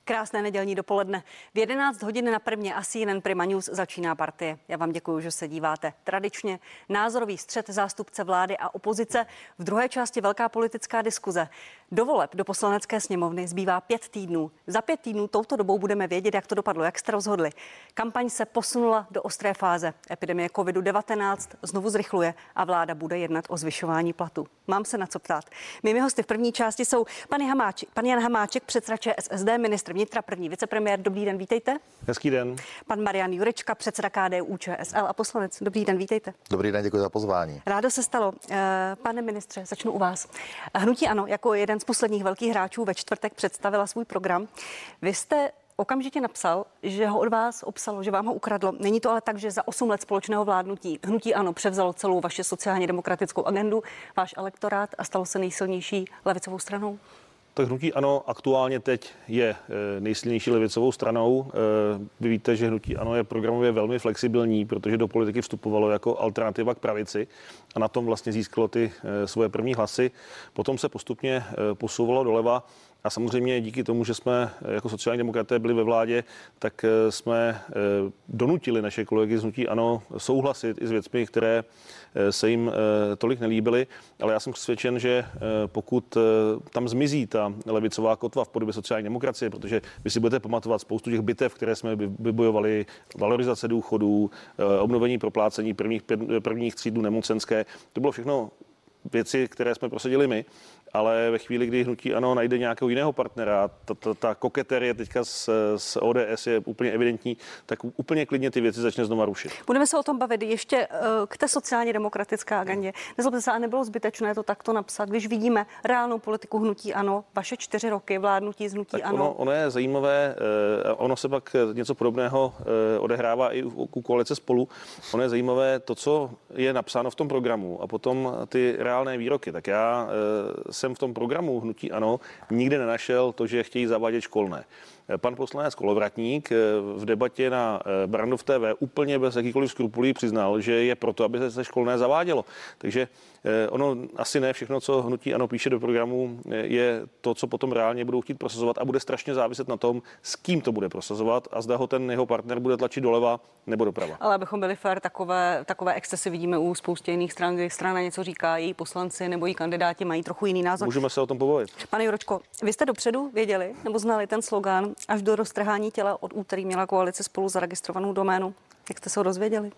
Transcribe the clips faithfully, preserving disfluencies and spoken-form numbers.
Krásné nedělní dopoledne. V jedenáct hodin na Primě a C N N Prima News začíná Partie. Já vám děkuji, že se díváte. Tradičně názorový střet zástupce vlády a opozice. V druhé části velká politická diskuze. Do voleb do Poslanecké sněmovny zbývá pět týdnů. Za pět týdnů touto dobou budeme vědět, jak to dopadlo, jak jste rozhodli. Kampaň se posunula do ostré fáze. Epidemie covidu devatenáct znovu zrychluje a vláda bude jednat o zvyšování platu. Mám se na co ptát. Mými hosty v první části jsou pan Hamáček, pan Jan Hamáček, předseda Č S S D, ministr vnitra, první vicepremiér. Dobrý den, vítejte. Hezký den. Pan Marian Jurečka, předseda K D U Č S L a poslanec. Dobrý den, vítejte. Dobrý den, děkuji za pozvání. Rádo se stalo. Pane ministře, začnu u vás. Hnutí ANO jako jeden z posledních velkých hráčů ve čtvrtek představila svůj program. Vy jste okamžitě napsal, že ho od vás obsalo, že vám ho ukradlo. Není to ale tak, že za osm let společného vládnutí hnutí ANO převzalo celou vaši sociálně demokratickou agendu, váš elektorát a stalo se nejsilnější levicovou stranou? Tak hnutí ANO aktuálně teď je nejsilnější levicovou stranou. Vy víte, že hnutí ANO je programově velmi flexibilní, protože do politiky vstupovalo jako alternativa k pravici a na tom vlastně získalo ty svoje první hlasy. Potom se postupně posouvalo doleva. A samozřejmě díky tomu, že jsme jako sociální demokraté byli ve vládě, tak jsme donutili naše kolegy z hnutí ANO souhlasit i s věcmi, které se jim tolik nelíbily. Ale já jsem přesvědčen, že pokud tam zmizí ta levicová kotva v podobě sociální demokracie, protože vy si budete pamatovat spoustu těch bitev, které jsme vybojovali, valorizace důchodů, obnovení proplácení prvních, prvních tří dnů nemocenské, to bylo všechno věci, které jsme prosadili my. Ale ve chvíli, kdy hnutí ANO najde nějakého jiného partnera, ta, ta, ta koketerie teďka s, s O D S je úplně evidentní, tak úplně klidně ty věci začne znova rušit. Budeme se o tom bavit ještě k té sociálně demokratické agendě. Nezlobte se, a nebylo zbytečné to takto napsat, když vidíme reálnou politiku hnutí ANO, vaše čtyři roky vládnutí z hnutí tak ANO. Ono, ono je zajímavé, ono se pak něco podobného odehrává i u koalice Spolu. Ono je zajímavé to, co je napsáno v tom programu a potom ty reálné výroky. Tak já jsem v tom programu hnutí ANO nikdy nenašel to, že chtějí zavádět školné. Pan poslanec Kolovratník v debatě na Brandov T V úplně bez jakýkoliv skrupulí přiznal, že je proto, aby se školné zavádělo. Takže ono asi ne všechno, co hnutí ANO píše do programu, je to, co potom reálně budou chtít prosazovat a bude strašně záviset na tom, s kým to bude prosazovat a zda ho ten jeho partner bude tlačit doleva nebo doprava. Ale abychom byli fair, takové, takové excesy vidíme u spousty jiných stran, kdy strana něco říká, její poslanci nebo její kandidáti mají trochu jiný názor. Můžeme se o tom pobavit. Pane Jurečko, vy jste dopředu věděli nebo znali ten slogan až do roztrhání těla? Od úterý měla koalice Spolu zaregistrovanou doménu. Jak jste se ho dozvěděli?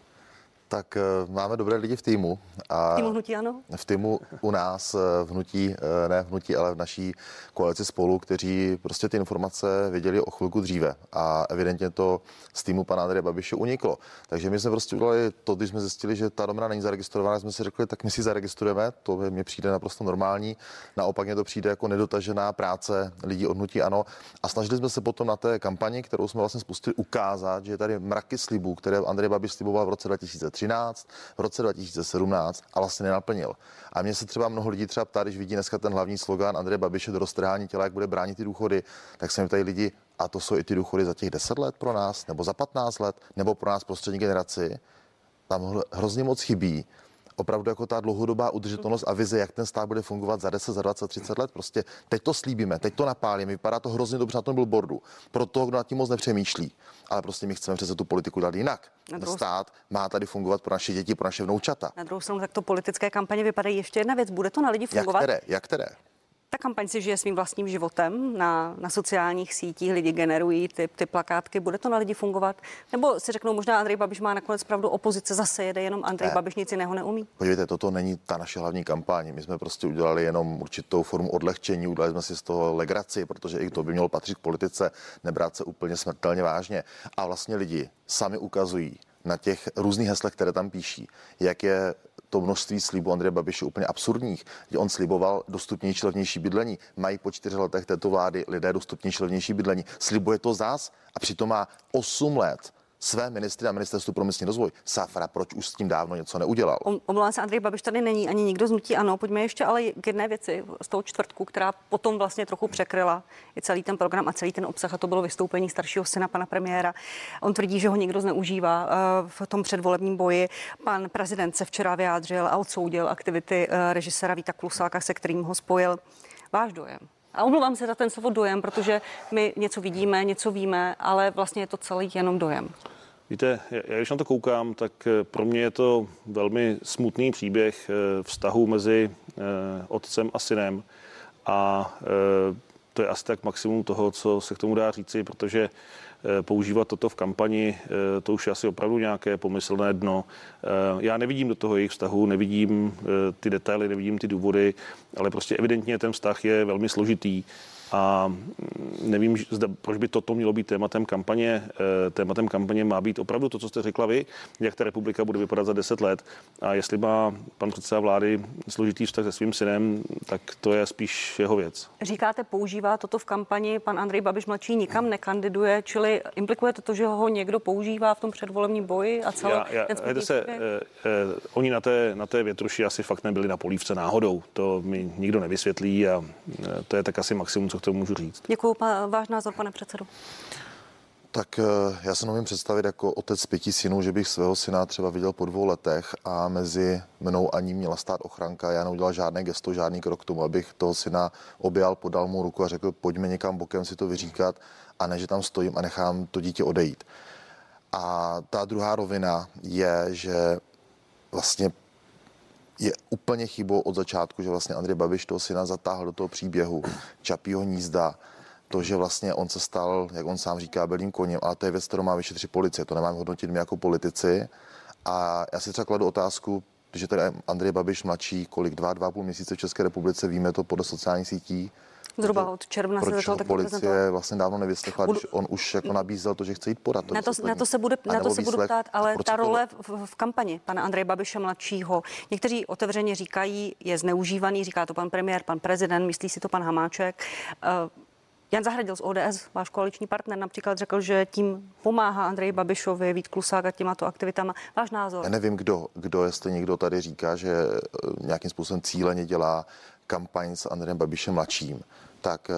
Tak máme dobré lidi v týmu. A v týmu hnutí ANO? V týmu u nás, v hnutí, ne v hnutí, ale v naší koalici Spolu, kteří prostě ty informace věděli o chvilku dříve. A evidentně to z týmu pana Andreje Babiše uniklo. Takže my jsme prostě udělali to, když jsme zjistili, že ta doména není zaregistrovaná, jsme si řekli, tak my si zaregistrujeme. To mi přijde naprosto normální. Naopak mě to přijde jako nedotažená práce lidí od hnutí ANO. A snažili jsme se potom na té kampani, kterou jsme vlastně spustili, ukázat, že je tady mraky slibů, které Andrej Babiš sliboval v roce dva tisíce třináct, v roce dva tisíce sedmnáct a vlastně nenaplnil. A mě se třeba mnoho lidí třeba ptá, když vidí dneska ten hlavní slogan Andreje Babiše do roztrhání těla, jak bude bránit ty důchody, tak se mi ptají lidi, a to jsou i ty důchody za těch deset let pro nás, nebo za patnáct let, nebo pro nás pro střední generaci. Tam hrozně moc chybí. Opravdu jako ta dlouhodobá udržitelnost a vize, jak ten stát bude fungovat za deset, za dvacet, třicet let. Prostě teď to slíbíme, teď to napálíme, vypadá to hrozně dobře na tom billboardu. Pro toho, kdo nad tím moc nepřemýšlí. Ale prostě my chceme přece tu politiku dát jinak. Stát má tady fungovat pro naše děti, pro naše vnoučata. Na druhou stranu takto politické kampaně vypadají. Ještě jedna věc, bude to na lidi fungovat? Jak které? Jak které? Ta kampaň si žije svým vlastním životem na, na sociálních sítích, lidi generují ty, ty plakátky, bude to na lidi fungovat? Nebo si řeknou, možná Andrej Babiš má nakonec pravdu, opozice zase jede, jenom Andrej ne. Babiš nic jiného neumí? Podívejte, toto není ta naše hlavní kampaň. My jsme prostě udělali jenom určitou formu odlehčení, udělali jsme si z toho legraci, protože i to by mělo patřit k politice, nebrát se úplně smrtelně vážně. A vlastně lidi sami ukazují na těch různých heslech, které tam píší, jak je to množství slibů Andreje Babiše úplně absurdních, že on sliboval dostupnější, levnější bydlení. Mají po čtyřech letech této vlády lidé dostupnější, levnější bydlení. Slibuje to zás a přitom má osm let své ministry na ministerstvu pro místní rozvoj. Safra, proč už s tím dávno něco neudělal? Omlouvám se, Andrej Babiš tady není ani nikdo z hnutí ANO. Pojďme ještě ale k jedné věci z toho čtvrtku, která potom vlastně trochu překryla i celý ten program a celý ten obsah, a to bylo vystoupení staršího syna pana premiéra. On tvrdí, že ho někdo zneužívá v tom předvolebním boji. Pan prezident se včera vyjádřil a odsoudil aktivity režiséra Víta Klusáka, se kterým ho spojil. Váš dojem? A omlouvám se za ten slovo dojem, protože my něco vidíme, něco víme, ale vlastně je to celý jenom dojem. Víte, já když na to koukám, tak pro mě je to velmi smutný příběh vztahu mezi otcem a synem a to je asi tak maximum toho, co se k tomu dá říci, protože používat toto v kampani, to už je asi opravdu nějaké pomyslné dno. Já nevidím do toho jejich vztahu, nevidím ty detaily, nevidím ty důvody, ale prostě evidentně ten vztah je velmi složitý. A nevím, zda, proč by toto mělo být tématem kampaně. Tématem kampaně má být opravdu to, co jste řekla vy, jak ta republika bude vypadat za deset let. A jestli má pan předseda vlády složitý vztah se svým synem, tak to je spíš jeho věc. Říkáte, používá toto v kampani, pan Andrej Babiš mladší nikam nekandiduje, čili implikujete to, že ho někdo používá v tom předvolebním boji a celé já, já, ten smutný se, eh, eh, Oni na té, na té větruši asi fakt nebyli na polívce náhodou. To mi nikdo nevysvětlí a eh, to je tak asi maximum, co k tomu můžu říct. Děkuju, váš názor, pane předsedo. Tak já se nevím představit jako otec pěti synů, že bych svého syna třeba viděl po dvou letech a mezi mnou a ním měla stát ochranka. Já neudělal žádné gesto, žádný krok k tomu, abych toho syna objal, podal mu ruku a řekl, pojďme někam bokem si to vyříkat, a ne, že tam stojím a nechám to dítě odejít. A ta druhá rovina je, že vlastně je úplně chybou od začátku, že vlastně Andrej Babiš toho syna zatáhl do toho příběhu Čapího hnízda. To, že vlastně on se stal, jak on sám říká, belým koněm, ale to je věc, kterou má vyšetřit policie. To nemám hodnotit my jako politici. A já si třeba kladu otázku, že tady Andrej Babiš mladší, kolik, dva, dva půl měsíce v České republice, víme to podle sociálních sítí. Zhruba od června se začal tak policie vlastně dávno nevyslechla, Budu... když on už jako nabízel to, že chce jít podat. To na, to, na to se, bude, na to se budu ptát, ale ta role v, v kampani pana Andreje Babiše mladšího. Někteří otevřeně říkají, je zneužívaný, říká to pan premiér, pan prezident, myslí si to pan Hamáček. Uh, Jan Zahradil z O D S, váš koaliční partner, například řekl, že tím pomáhá Andreji Babišovi, Vít Klusák a těmato aktivitama. Váš názor? Já nevím, kdo, kdo, jestli někdo tady říká, že nějakým způsobem cíleně dělá kampaň s Andrejem Babišem mladším, tak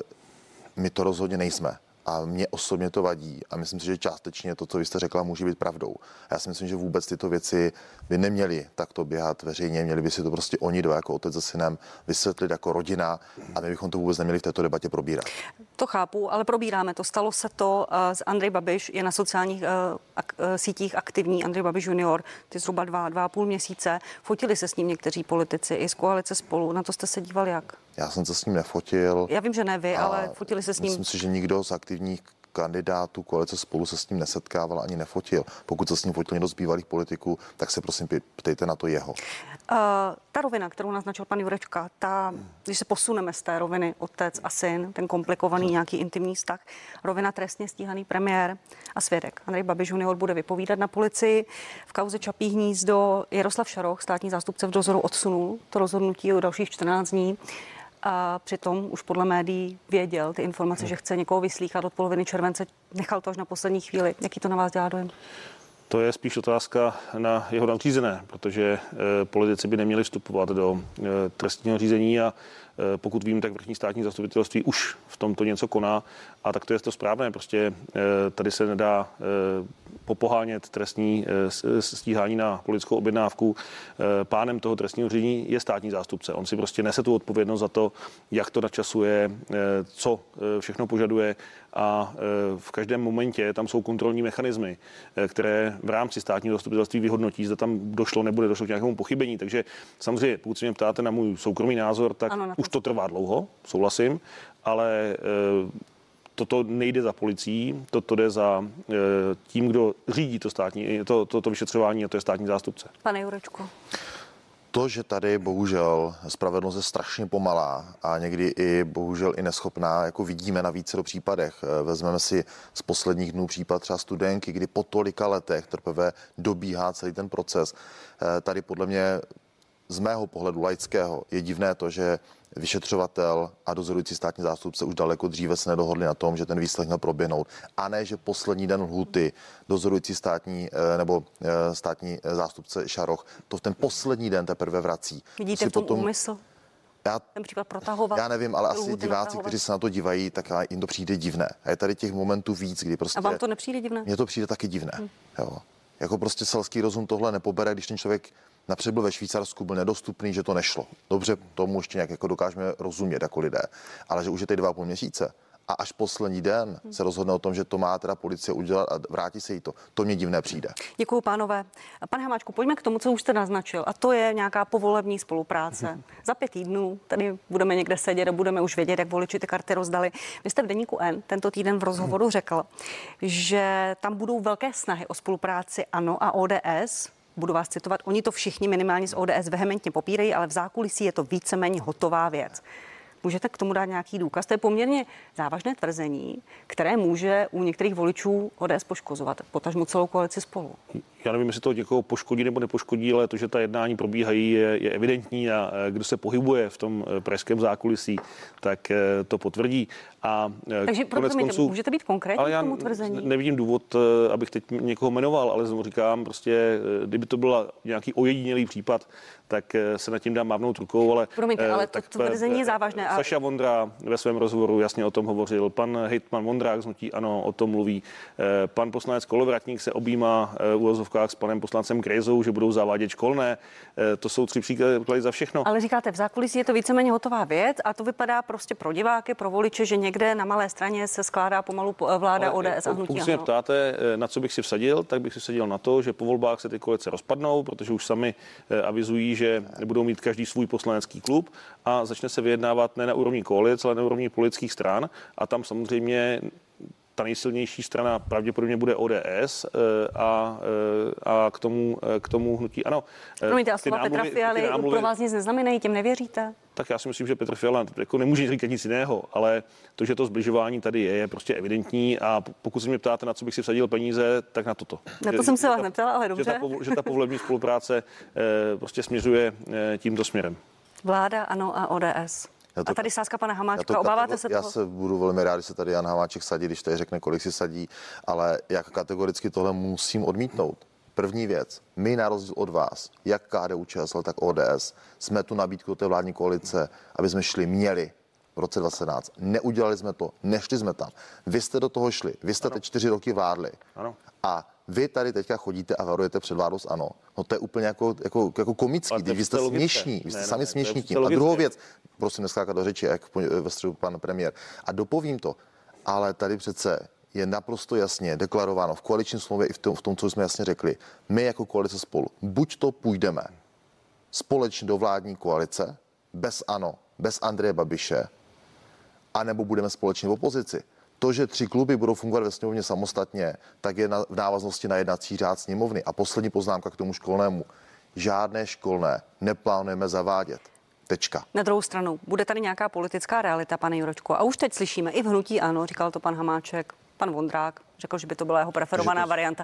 my to rozhodně nejsme. A mě osobně to vadí a myslím si, že částečně to, co vy jste řekla, může být pravdou. Já si myslím, že vůbec tyto věci by neměly takto běhat veřejně, měli by si to prostě oni dva jako otec se synem vysvětlit jako rodina a my bychom to vůbec neměli v této debatě probírat. To chápu, ale probíráme to. Stalo se to, Andrej Babiš je na sociálních ak, sítích aktivní, Andrej Babiš junior, ty zhruba dva, dva a půl měsíce. Fotili se s ním někteří politici i z koalice Spolu. Na to jste se díval jak? Já jsem se s ním nefotil. Já vím, že ne vy, ale fotili se s ním. Myslím si, že nikdo z aktivních kandidátů koalice Spolu se s ním nesetkával ani nefotil. Pokud se s ním fotil někdo z bývalých politiků, tak se prosím ptejte na to jeho. Uh, ta rovina, kterou naznačil pan Jurečka, ta, když se posuneme z té roviny otec a syn, ten komplikovaný nějaký intimní vztah, rovina trestně stíhaný premiér a svědek. Andrej Babiš junior bude vypovídat na policii. V kauze Čapí hnízdo Jaroslav Šaroch, státní zástupce v dozoru, odsunul to rozhodnutí o dalších čtrnáct dní. A přitom už podle médií věděl ty informace, že chce někoho vyslýchat od poloviny července, nechal to až na poslední chvíli. Jaký to na vás dělá dojem? To je spíš otázka na jeho nadřízené, protože e, politici by neměli vstupovat do e, trestního řízení a e, pokud vím, tak vrchní státní zastupitelství už v tomto něco koná a tak to je to správné. Prostě e, tady se nedá e, popohánět trestní e, stíhání na politickou objednávku. E, pánem toho trestního řízení je státní zástupce. On si prostě nese tu odpovědnost za to, jak to načasuje, e, co e, všechno požaduje a e, v každém momentě tam jsou kontrolní mechanismy, e, které v rámci státního zastupitelství vyhodnotí, zda tam došlo, nebude došlo k nějakému pochybení. Takže samozřejmě, pokud se mě ptáte na můj soukromý názor, tak ano, už to trvá dlouho, souhlasím, ale e, toto nejde za policií, toto jde za e, tím, kdo řídí to státní, to, to, to vyšetřování, a to je státní zástupce. Pane Jurečko. To, že tady bohužel spravedlnost je strašně pomalá a někdy i bohužel i neschopná, jako vidíme na vícero případech. Vezmeme si z posledních dnů případ třeba studentky, kdy po tolika letech teprve dobíhá celý ten proces. Tady podle mě z mého pohledu laického je divné to, že vyšetřovatel a dozorující státní zástupce už daleko dříve se nedohodli na tom, že ten výslech měl proběhnout. A ne, že poslední den lhůty dozorující státní nebo státní zástupce Šaroch to v ten poslední den teprve vrací. Vidíte v tom potom úmysl? Já, ten případ protahovat? Já nevím, ale asi diváci, kteří se na to dívají, tak jim to přijde divné. A je tady těch momentů víc, kdy prostě... A vám to nepřijde divné? Mně to přijde taky divné. Jo. Jako prostě selský rozum tohle nepobere, když ten člověk Napřed byl ve Švýcarsku, byl nedostupný, že to nešlo. Dobře, tomu ještě nějak jako dokážeme rozumět jako lidé, ale že už je teď dva a půl měsíce a až poslední den se rozhodne o tom, že to má teda policie udělat a vrátí se jí to. To mě divné přijde. Děkuju, pánové. Pane Hamáčku, pojďme k tomu, co už jste naznačil, a to je nějaká povolební spolupráce. Za pět týdnů tady budeme někde sedět a budeme už vědět, jak voliči ty karty rozdali. Vy jste v Deníku N tento týden v rozhovoru řekl, že tam budou velké snahy o spolupráci ANO a O D S. Budu vás citovat, oni to všichni minimálně z O D S vehementně popírají, ale v zákulisí je to víceméně hotová věc. Můžete k tomu dát nějaký důkaz? To je poměrně závažné tvrzení, které může u některých voličů O D S poškozovat, potažmo celou koalici Spolu. Já nevím, jestli to někoho poškodí nebo nepoškodí, ale to, že ta jednání probíhají, je, je evidentní a kdo se pohybuje v tom pražském zákulisí, tak to potvrdí. A takže konec konců, můžete být konkrétní k tomu tvrzení? Nevidím důvod, abych teď někoho jmenoval, ale znovu říkám, prostě, kdyby to byl nějaký ojedinělý případ, tak se nad tím dá mávnout rukou, ale... Promiňte, ale to tvrzení je závažné. A... Saša Vondra ve svém rozhovoru jasně o tom hovořil, pan hejtman Vondrák z hnutí ANO o tom mluví, pan poslanec Kolovratník se objímá u s panem poslancem Krejzou, že budou zavádět školné. To jsou tři příklady za všechno. Ale říkáte, v zákulisí je to víceméně hotová věc a to vypadá prostě pro diváky, pro voliče, že někde na malé straně se skládá pomalu vláda Ale O D S a hnutí. Pokud se mě ptáte, na co bych si vsadil, tak bych si vsadil na to, že po volbách se ty koalice rozpadnou, protože už sami avizují, že budou mít každý svůj poslanecký klub a začne se vyjednávat ne na úrovni koalic, ale na úrovni politických stran a tam samozřejmě ta nejsilnější strana pravděpodobně bude O D S a, a k tomu, k tomu hnutí ANO. Promiňte, a slova Petra Fialy pro vás nic neznamenají, těm nevěříte? Tak já si myslím, že Petr Fiala jako nemůže říkat nic jiného, ale to, že to zbližování tady je, je prostě evidentní a pokud se mě ptáte, na co bych si vsadil peníze, tak na toto. Na to že, jsem se vás neptala, ale dobře. Že ta, že ta povolební spolupráce prostě směřuje tímto směrem. Vláda, ANO a O D S. To, a tady sázka pana Hamáčka, obáváte se já toho? Já se budu velmi rád, když se tady Jan Hamáček sadí, když tady řekne, kolik si sadí, ale jak kategoricky tohle musím odmítnout. První věc, my na rozdíl od vás, jak K D U Č S L, tak O D S, jsme tu nabídku té vládní koalice, aby jsme šli, měli v roce dvacet sedmnáct. Neudělali jsme to, nešli jsme tam. Vy jste do toho šli, vy jste teď čtyři roky vládli. Ano. A vy tady teďka chodíte a varujete před vládou s ANO. No to je úplně jako, jako, jako komický, když vy jste směšní, vy jste ne, sami ne, směšní tím. A druhou věc, prosím neskákat do řeči, jak ve středu pan premiér. A dopovím to, ale tady přece je naprosto jasně deklarováno v koaliční smlouvě i v tom, v tom, co jsme jasně řekli. My jako koalice Spolu, buď to půjdeme společně do vládní koalice, bez ANO, bez Andreje Babiše, anebo budeme společně v opozici. To, že tři kluby budou fungovat ve sněmovně samostatně, tak je na, v návaznosti na jednací řád sněmovny. A poslední poznámka k tomu školnému. Žádné školné neplánujeme zavádět. Tečka. Na druhou stranu, bude tady nějaká politická realita, pane Jurečko. A už teď slyšíme i v hnutí ANO, říkal to pan Hamáček, pan Vondrák, řekl, že by to byla jeho preferovaná to... varianta.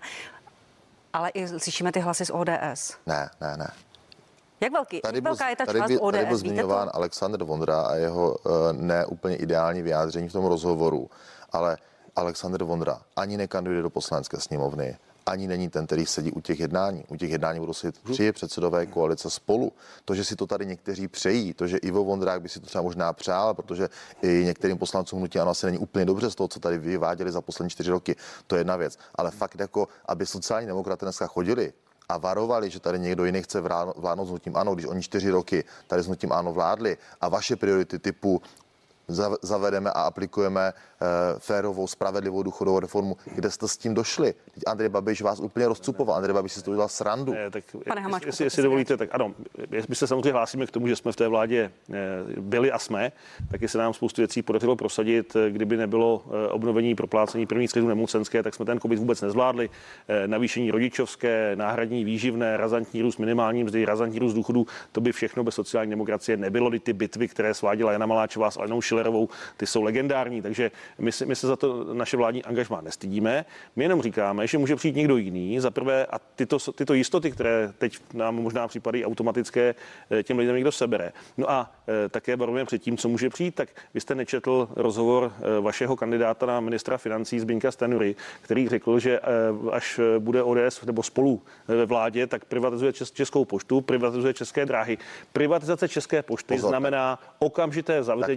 Ale i slyšíme ty hlasy z O D S. Ne, ne, ne. Jak velký, tady jak byl, velká je ta tady část byl, O D S? Tady byl zmiňován Alexander Vondra a jeho uh, neúplně ideální vyjádření v tom rozhovoru, ale Alexander Vondra ani nekandiduje do poslanecké sněmovny, ani není ten, který sedí u těch jednání. U těch jednání budou sedět tři předsedové koalice Spolu. To, že si to tady někteří přejí, to, že Ivo Vondrák by si to třeba možná přál, protože i některým poslancům hnutí ANO asi není úplně dobře z toho, co tady vyváděli za poslední čtyři roky, to je jedna věc. Ale fakt jako, aby sociální demokraté dneska chodili a varovali, že tady někdo jiný chce vládnout s hnutím ANO, když oni čtyři roky tady s hnutím ANO vládli a vaše priority typu zavedeme a aplikujeme uh, férovou, spravedlivou důchodovou reformu, kde jste s tím došli. Teď Andrej Babiš vás úplně rozcupoval. Andrej Babiš si to udělal srandu. Ne, tak Hamáčku, jestli, jestli dovolíte, tak ano, my se samozřejmě hlásíme k tomu, že jsme v té vládě byli a jsme, taky se nám spoustu věcí podařilo prosadit. Kdyby nebylo obnovení proplácení prvních středů nemocenské, tak jsme ten covid vůbec nezvládli. Navýšení rodičovské, náhradní výživné, razantní růst minimální mzdy, razantní růst důchodů, to by všechno bez sociální demokracie nebylo. Ty bitvy, které sváděla Jana Maláčová s Alenou Schillerovou, ty jsou legendární, takže my se, my se za to naše vládní angažmá nestydíme. My jenom říkáme, že může přijít někdo jiný. Za prvé, a tyto, tyto jistoty, které teď nám možná připadají automatické, těm lidem někdo sebere. No a e, také varujeme před tím, co může přijít. Tak vy jste nečetl rozhovor e, vašeho kandidáta na ministra financí Zbyňka Stanjury, který řekl, že e, až bude O D S nebo Spolu ve vládě, tak privatizuje čes, Českou poštu, privatizuje České dráhy. Privatizace České pošty Pozor, znamená okamžité zavedení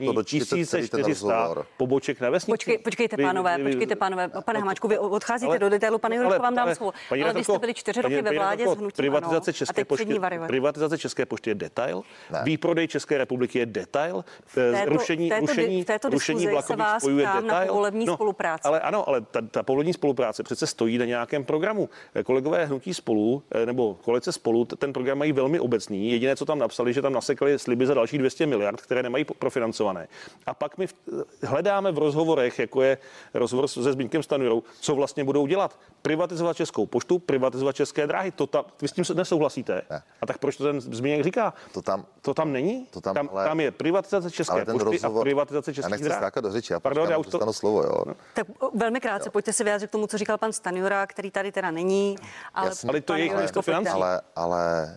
tisíc čtyři sta poboček na vesnici. Počkej, počkejte, pánové, vy, vy, počkejte, pánové. Pane Hamáčku, vy odcházíte ale, do detailu, pane Jurečko, vám dám slovo. Ale, ale vy jste byli čtyři roky ve vládě s hnutím privatizace České pošty, privatizace České pošty je detail, výprodej České republiky je detail, rušení, rušení, rušení vlakových spojů je detail. No, spolupráce. Ale ano, ale ta, ta povolební spolupráce přece stojí na nějakém programu. Kolegové hnutí Spolu nebo koalice Spolu ten program mají velmi obecný. Jediné, co tam napsali, že tam nasekali sliby za dalších dvě stě miliard, které nemají profinancované. A pak my hledáme v rozhovorech, jako je rozhovor se Zbyňkem Stanjurou, co vlastně budou dělat. Privatizovat Českou poštu, privatizovat České dráhy. To tam, vy s tím nesouhlasíte. Ne. A tak proč to ten Zbyněk říká? To tam, to tam není? To tam, tam, ale, tam je privatizace České pošty rozhovor, a privatizace Českých dráh. Já nechci skákat do řeči, já Pardon, počkám, já už to... dostanu slovo, jo. No. Tak velmi krátce, jo. Pojďte si vyjádřit k tomu, co říkal pan Stanjura, který tady teda není. Ale, Jasně, ale to je ale, financí. Ale, ale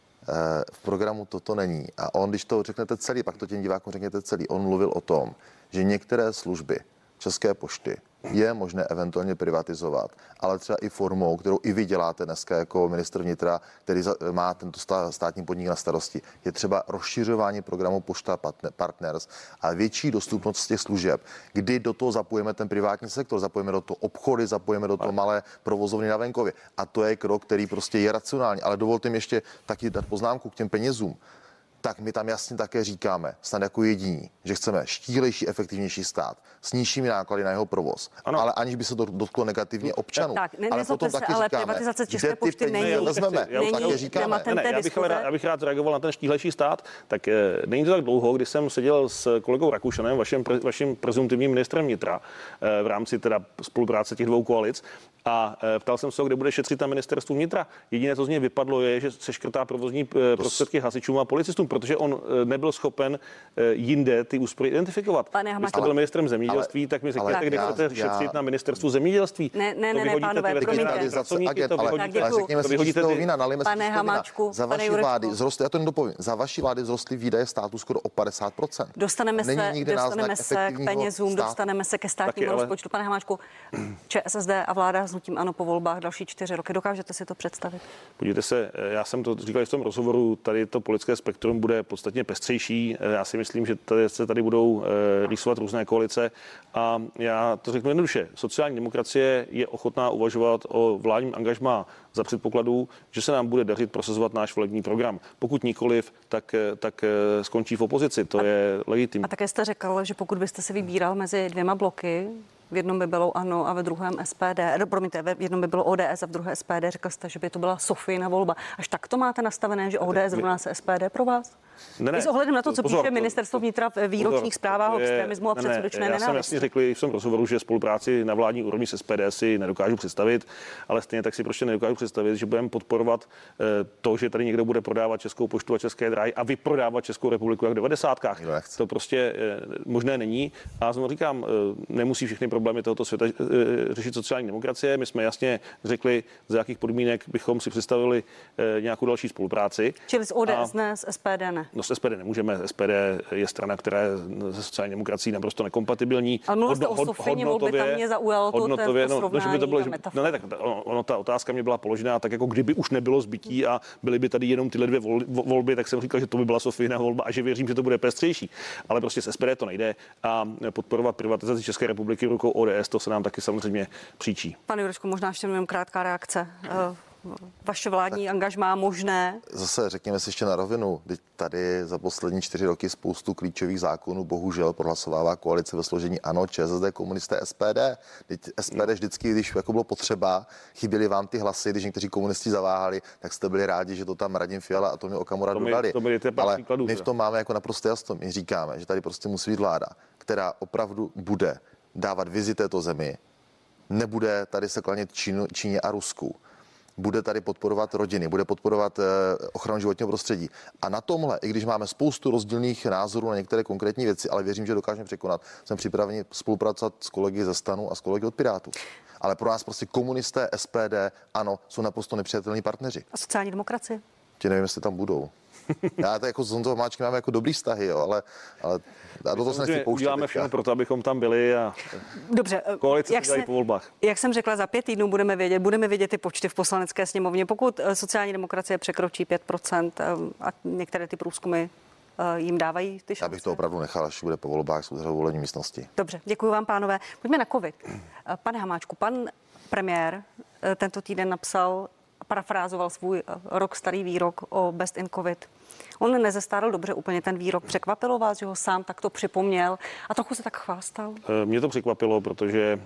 v programu toto není. A on, když to řeknete celý, pak to těm divákům řekněte celý, on mluvil o tom, že některé služby České pošty je možné eventuálně privatizovat, ale třeba i formou, kterou i vy děláte dneska jako ministr vnitra, který má tento státní podnik na starosti, je třeba rozšiřování programu Pošta Partners a větší dostupnost těch služeb, kdy do toho zapojíme ten privátní sektor, zapojíme do toho obchody, zapojíme do toho malé provozovny na venkově. A to je krok, který prostě je racionální. Ale dovolte mi ještě taky dát poznámku k těm penězům. Tak my tam jasně také říkáme, snad jako jediní, že chceme štíhlejší, efektivnější stát s nižšími náklady na jeho provoz, ano. Ale aniž by se to dotklo negativně občanů. Tak, ne, ale potom se, taky ale říkáme, privatizace České pošty není. Vezmeme, není, taky říkáme. Ne, ne, já, bych rád, já bych rád reagoval na ten štíhlejší stát, tak e, není to tak dlouho, kdy jsem seděl s kolegou Rakušanem, vaším, vaším prezumtivním ministrem vnitra, e, v rámci teda spolupráce těch dvou koalic, a e, ptal jsem se ho, kde bude šetřit na ministerstvu vnitra. Jediné, co z něj vypadlo, je, že se škrtá provozní e, prostředky hasičům a policistům, protože on e, nebyl schopen e, jinde ty úspory identifikovat. Pane Vy jste byl ministrem zemědělství, ale, tak mi řekněte, kde chcete šetřit já... na ministerstvu zemědělství. Ne, ne, ne, ne, pánové, promiňte. To vyhodíte z toho vína, nalijeme pane Hamáčku, za vaší vlády vzrostly, já to nedopovím, za vaší vlády vzrostly výdaje státu skoro o padesát procent. Dostaneme se, dostaneme se k penězům, dostaneme se ke státnímu rozpočtu. Pane Hamáčku, ČSSD a vláda s hnutím ANO po volbách další čtyři roky. Dokážete si to představit? Podívejte se, já jsem to říkal v tom rozhovoru, tady to politické spektrum bude podstatně pestřejší. Já si myslím, že tady se tady budou rýsovat různé koalice a já to řeknu jednoduše. Sociální demokracie je ochotná uvažovat o vládním angažmá za předpokladu, že se nám bude dařit prosazovat náš volební program. Pokud nikoliv, tak, tak skončí v opozici. To a, je legitimní. A také jste řekl, že pokud byste se vybíral mezi dvěma bloky, v jednom by bylo ANO a ve druhém S P D. Promiňte, v jednom by bylo O D S a v druhé S P D. Řekl jste, že by to byla Sofijina volba. Až tak to máte nastavené, že O D S rovná se S P D pro vás? Ne, ne. I s ohledem na to, co pozor, píše ministerstvo vnitra v výročních zprávách o extremismu a předsudečné nenávisti. Já jsem jasně řekl v tom rozhovoru, že spolupráci na vládní úrovni s S P D si nedokážu představit, ale stejně tak si prostě nedokážu představit, že budeme podporovat to, že tady někdo bude prodávat Českou poštu a České dráhy a vyprodávat Českou republiku jak v devadesátkách. To prostě možné není. A znovu říkám, nemusí všechny problémy tohoto světa řešit sociální demokracie. My jsme jasně řekli, za jakých podmínek bychom si představili nějakou další spolupráci. Čili s O D S ne, s S P D ne. No s S P D nemůžeme. S S P D je strana, která je se sociální demokracií naprosto nekompatibilní. Ale mluvil jste o Sofině volby, tam mě zaujalo to, to, to srovnání, no, by to bylo, ta no ne, tak ono, ta otázka mě byla položená tak, jako kdyby už nebylo zbytí a byly by tady jenom tyhle dvě volby, tak jsem říkal, že to by byla Sofijina volba a že věřím, že to bude pestřejší. Ale prostě s S P D to nejde a podporovat privatizaci České republiky rukou O D S, to se nám taky samozřejmě příčí. Pane Jurečku, možná ještě jenom krátká reakce. Vaše vládní tak angažmá možné? Zase řekněme si ještě na rovinu. Tady za poslední čtyři roky spoustu klíčových zákonů bohužel prohlasovává koalice ve složení ANO, ČSSD, komunisté, S P D. Teď S P D vždycky, když jako bylo potřeba, chyběly vám ty hlasy, když někteří komunisti zaváhali, tak jste byli rádi, že to tam Radim Fiala a Tomio Okamura dodali. Ale příkladů, my v tom máme jako naprosto jasno. My říkáme, že tady prostě musí být vláda, která opravdu bude dávat vizi této zemi, nebude tady se klanět Čínu, Číně a Rusku. Bude tady podporovat rodiny, bude podporovat eh, ochranu životního prostředí. A na tomhle, i když máme spoustu rozdílných názorů na některé konkrétní věci, ale věřím, že dokážeme překonat, jsme připraveni spolupracovat s kolegy ze STANu a s kolegy od Pirátů. Ale pro nás prostě komunisté, S P D, ano, jsou naprosto nepřijatelní partneři. A sociální demokracie? Tě nevím, jestli tam budou. Já to jako s Honzou Hamáčkem máme jako dobrý vztahy, jo, ale, ale a do toho se nechci pouštět. Uděláme všechno pro to, abychom tam byli a dobře, koalice jak se po volbách. Jak jsem řekla, za pět týdnů budeme vědět, budeme vědět ty počty v poslanecké sněmovně. Pokud sociální demokracie překročí pět procent a některé ty průzkumy jim dávají ty šance? Já bych to opravdu nechal, až bude po volbách, jsou volební místnosti. Dobře, děkuji vám, pánové. Pojďme na covid. Pane Hamáčku, pan premiér tento týden napsal, parafrázoval svůj rok starý výrok o Best in Covid. On nezestárl dobře úplně ten výrok. Překvapilo vás, že ho sám takto připomněl a trochu se tak chvástal? Mě to překvapilo, protože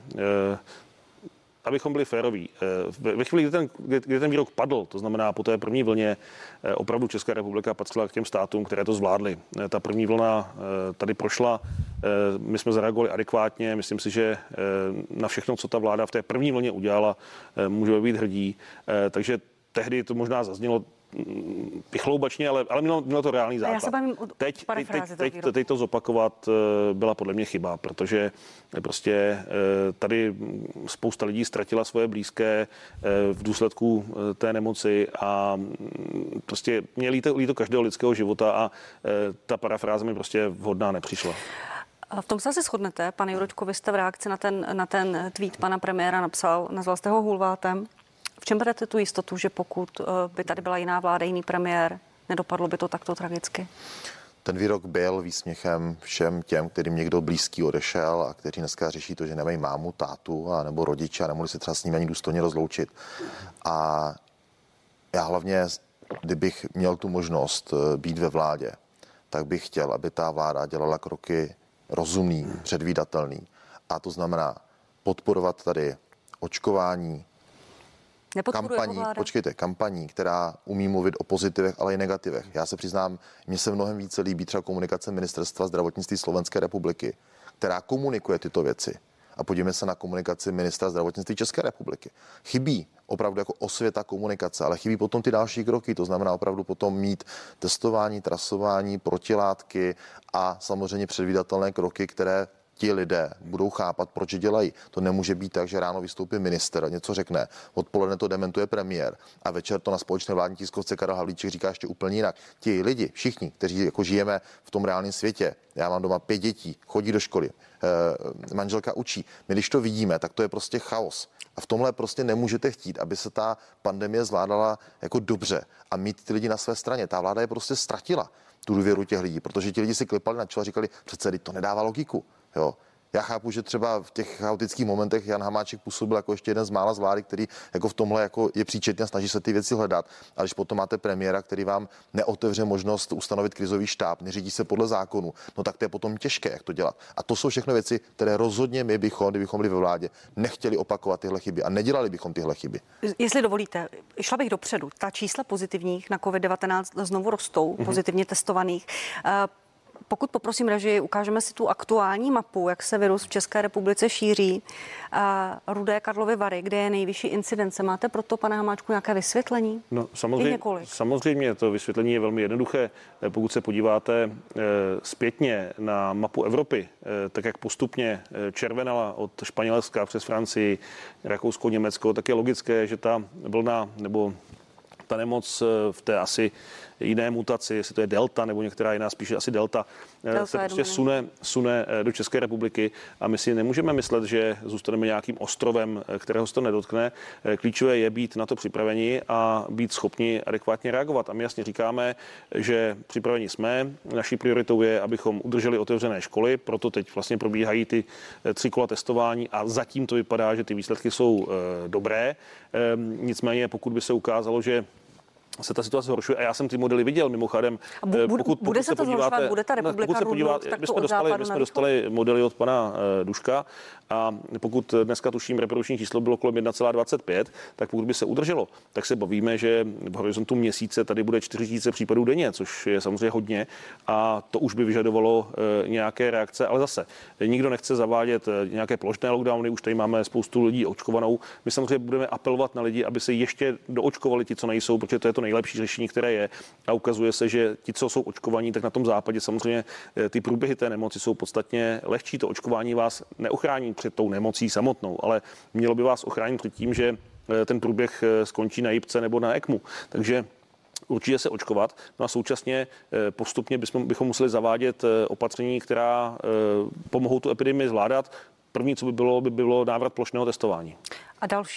abychom byli féroví. Ve chvíli, kdy ten, kdy ten výrok padl, to znamená po té první vlně, opravdu Česká republika patřila k těm státům, které to zvládly. Ta první vlna tady prošla, my jsme zareagovali adekvátně, myslím si, že na všechno, co ta vláda v té první vlně udělala, můžeme být hrdí. Takže tehdy to možná zaznělo pichloubačně, ale, ale mělo, mělo to reálný základ. Já se bavím o teď, teď, teď, teď, teď to zopakovat byla podle mě chyba, protože prostě tady spousta lidí ztratila svoje blízké v důsledku té nemoci a prostě mě líto, líto každého lidského života a ta parafráze mi prostě vhodná nepřišla. V tom se asi shodnete, pane Jurečko, vy jste v reakci na ten, na ten tweet pana premiéra napsal, nazval jste ho hulvátem. V čem berete tu jistotu, že pokud by tady byla jiná vláda, jiný premiér, nedopadlo by to takto tragicky? Ten výrok byl výsměchem všem těm, kterým někdo blízký odešel a kteří dneska řeší to, že nemají mámu, tátu a nebo rodiče a nemohli se třeba s nimi ani důstojně rozloučit. A já hlavně, kdybych měl tu možnost být ve vládě, tak bych chtěl, aby ta vláda dělala kroky rozumný, předvídatelný. A to znamená podporovat tady očkování, kampaní, počkejte, kampaní, která umí mluvit o pozitivech, ale i negativech. Já se přiznám, mně se mnohem více líbí třeba komunikace Ministerstva zdravotnictví Slovenské republiky, která komunikuje tyto věci. A podívejme se na komunikaci ministra zdravotnictví České republiky. Chybí opravdu jako osvěta komunikace, ale chybí potom ty další kroky. To znamená opravdu potom mít testování, trasování, protilátky a samozřejmě předvídatelné kroky, které ti lidé budou chápat, proč je dělají. To nemůže být tak, že ráno vystoupí minister a něco řekne, odpoledne to dementuje premiér a večer to na společné vládní tiskovce Karel Havlíček říká ještě úplně jinak. Ti lidi, všichni, kteří jako žijeme v tom reálném světě, já mám doma pět dětí, chodí do školy, e, manželka učí. My když to vidíme, tak to je prostě chaos. A v tomhle prostě nemůžete chtít, aby se ta pandemie zvládala jako dobře a mít ty lidi na své straně. Ta vláda je prostě ztratila tu důvěru těch lidí, protože ti lidi si klepali na čelo a říkali, přece to nedává logiku. Jo. Já chápu, že třeba v těch chaotických momentech Jan Hamáček působil jako ještě jeden z mála z vlády, který jako v tomhle jako je příčetný a snaží se ty věci hledat. Ale když potom máte premiéra, který vám neotevře možnost ustanovit krizový štáb, neřídí se podle zákonu, no tak to je potom těžké, jak to dělat. A to jsou všechno věci, které rozhodně my bychom, kdybychom byli ve vládě, nechtěli opakovat tyhle chyby a nedělali bychom tyhle chyby. Jestli dovolíte, šla bych dopředu. Ta čísla pozitivních na covid devatenáct znovu rostou, mm-hmm. pozitivně testovaných. Uh, Pokud poprosím režii, ukážeme si tu aktuální mapu, jak se virus v České republice šíří. A Rudé Karlovy Vary, kde je nejvyšší incidence. Máte proto, pane Hamáčku, nějaké vysvětlení? No, samozřejmě, samozřejmě to vysvětlení je velmi jednoduché. Pokud se podíváte e, zpětně na mapu Evropy, e, tak jak postupně červenala od Španělska přes Francii, Rakousko, Německo, tak je logické, že ta vlna nebo ta nemoc v té asi jiné mutaci, jestli to je delta nebo některá jiná, spíše asi delta, delta se prostě sune, sune do České republiky a my si nemůžeme myslet, že zůstaneme nějakým ostrovem, kterého se to nedotkne. Klíčové je být na to připraveni a být schopni adekvátně reagovat. A my jasně říkáme, že připraveni jsme. Naší prioritou je, abychom udrželi otevřené školy, proto teď vlastně probíhají ty tři kola testování a zatím to vypadá, že ty výsledky jsou dobré. Nicméně, pokud by se ukázalo, že se ta situace zhoršuje a já jsem ty modely viděl mimochodem. Bu, pokud, pokud bude se, se to podíváte, zhoršovat, bude ta republika pokud se podíváte, my jsme dostali, my jsme dostali modely od pana uh, Duška a pokud dneska tuším reprodukční číslo bylo kolem jedna celá dvacet pět, tak pokud by se udrželo, tak se bavíme, že v horizontu měsíce tady bude čtyři tisíce případů denně, což je samozřejmě hodně a to už by vyžadovalo uh, nějaké reakce, ale zase nikdo nechce zavádět uh, nějaké plošné lockdowny, už tady máme spoustu lidí očkovanou. My samozřejmě budeme apelovat na lidi, aby se ještě doočkovali ti, co nejsou, protože to je to nejlepší řešení, které je. A ukazuje se, že ti, co jsou očkovaní, tak na tom západě samozřejmě ty průběhy té nemoci jsou podstatně lehčí. To očkování vás neochrání před tou nemocí samotnou, ale mělo by vás ochránit před tím, že ten průběh skončí na jipce nebo na ECMu. Takže určitě se očkovat. No a současně postupně bychom, bychom museli zavádět opatření, která pomohou tu epidemii zvládat. První, co by bylo, by bylo návrat plošného testování. A další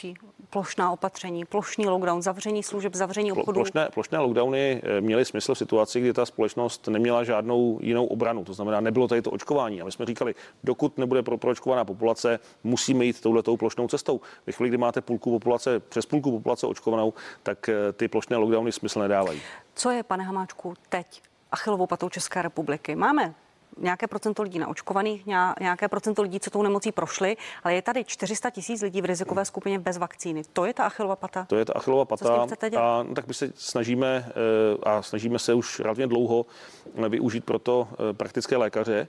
plošná opatření, plošný lockdown, zavření služeb, zavření obchodů? Plošné, plošné lockdowny měly smysl v situaci, kdy ta společnost neměla žádnou jinou obranu. To znamená, nebylo tady to očkování. A my jsme říkali, dokud nebude pro, proočkovaná populace, musíme jít touhletou plošnou cestou. Ve chvíli, kdy máte půlku populace, přes půlku populace očkovanou, tak ty plošné lockdowny smysl nedávají. Co je, pane Hamáčku, teď Achillovou patou České republiky? Máme nějaké procento lidí naočkovaných, nějaké procento lidí, co tou nemocí prošli, ale je tady čtyři sta tisíc lidí v rizikové skupině bez vakcíny. To je ta Achillova pata? To je ta Achillova pata. Co s tím chcete dělat? A no, tak my se snažíme a snažíme se už relativně dlouho využít proto praktické lékaře.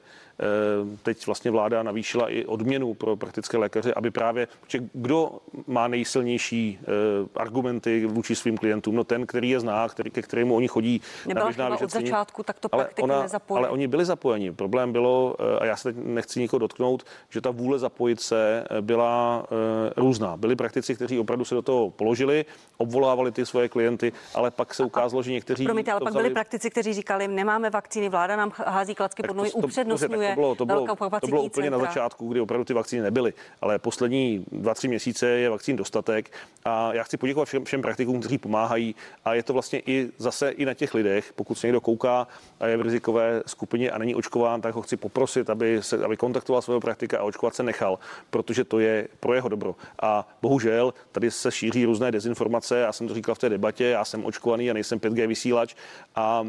Teď vlastně vláda navýšila i odměnu pro praktické lékaře, aby právě, kdo má nejsilnější argumenty vůči svým klientům, no ten, který je zná, který, ke kterému oni chodí na běžná vyšetření. Od začátku, tak to praktiky ale, ona, nezapojili. ale oni byli zapojeni. Problém bylo, a já se teď nechci nikoho dotknout, že ta vůle zapojit se byla různá. Byli praktici, kteří opravdu se do toho položili, obvolávali ty svoje klienty, ale pak se ukázalo, že někteří... Promiňte, ale pak vzali... byli praktici, kteří říkali, nemáme vakcíny, vláda nám hází klacky pod nohy, upřednostňuje. To bylo, to bylo, to bylo úplně centra. Na začátku, kdy opravdu ty vakcíny nebyly, ale poslední dva, tři měsíce je vakcín dostatek a já chci poděkovat všem, všem praktikům, kteří pomáhají a je to vlastně i zase i na těch lidech, pokud se někdo kouká a je v rizikové skupině a není očkován, tak ho chci poprosit, aby se aby kontaktoval svého praktika a očkovat se nechal, protože to je pro jeho dobro. A bohužel tady se šíří různé dezinformace, já jsem to říkal v té debatě, já jsem očkovaný a nejsem pět G vysílač a